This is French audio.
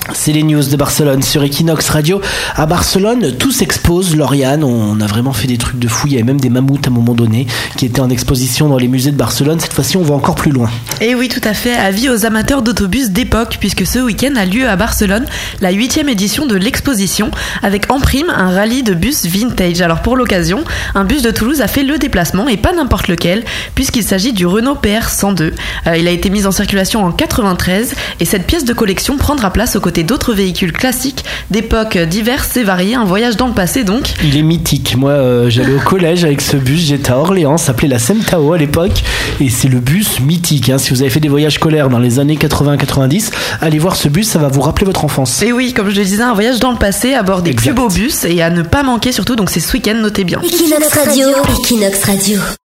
C'est les news de Barcelone sur Equinox Radio. À Barcelone, tout s'expose, Lauriane. On a vraiment fait des trucs de fou. Il y avait même des mammouths à un moment donné qui étaient en exposition dans les musées de Barcelone. Cette fois-ci, on va encore plus loin. Et oui, tout à fait. Avis aux amateurs d'autobus d'époque, puisque ce week-end a lieu à Barcelone la 8e édition de l'exposition, avec en prime un rallye de bus vintage. Alors pour l'occasion, un bus de Toulouse a fait le déplacement, et pas n'importe lequel, puisqu'il s'agit du Renault PR 102. Il a été mis en circulation en 93, et cette pièce de collection prendra place aux côtés d'autres véhicules classiques d'époques diverses et variées. Un voyage dans le passé donc. Il est mythique. Moi, j'allais au collège avec ce bus. J'étais à Orléans, ça s'appelait la Semtao à l'époque, et c'est le bus mythique. Si vous avez fait des voyages scolaires dans les années 80-90, allez voir ce bus, ça va vous rappeler votre enfance. Et oui, comme je le disais, un voyage dans le passé à bord des plus beaux bus, et à ne pas manquer surtout. Donc c'est ce week-end, notez bien. Equinox Radio.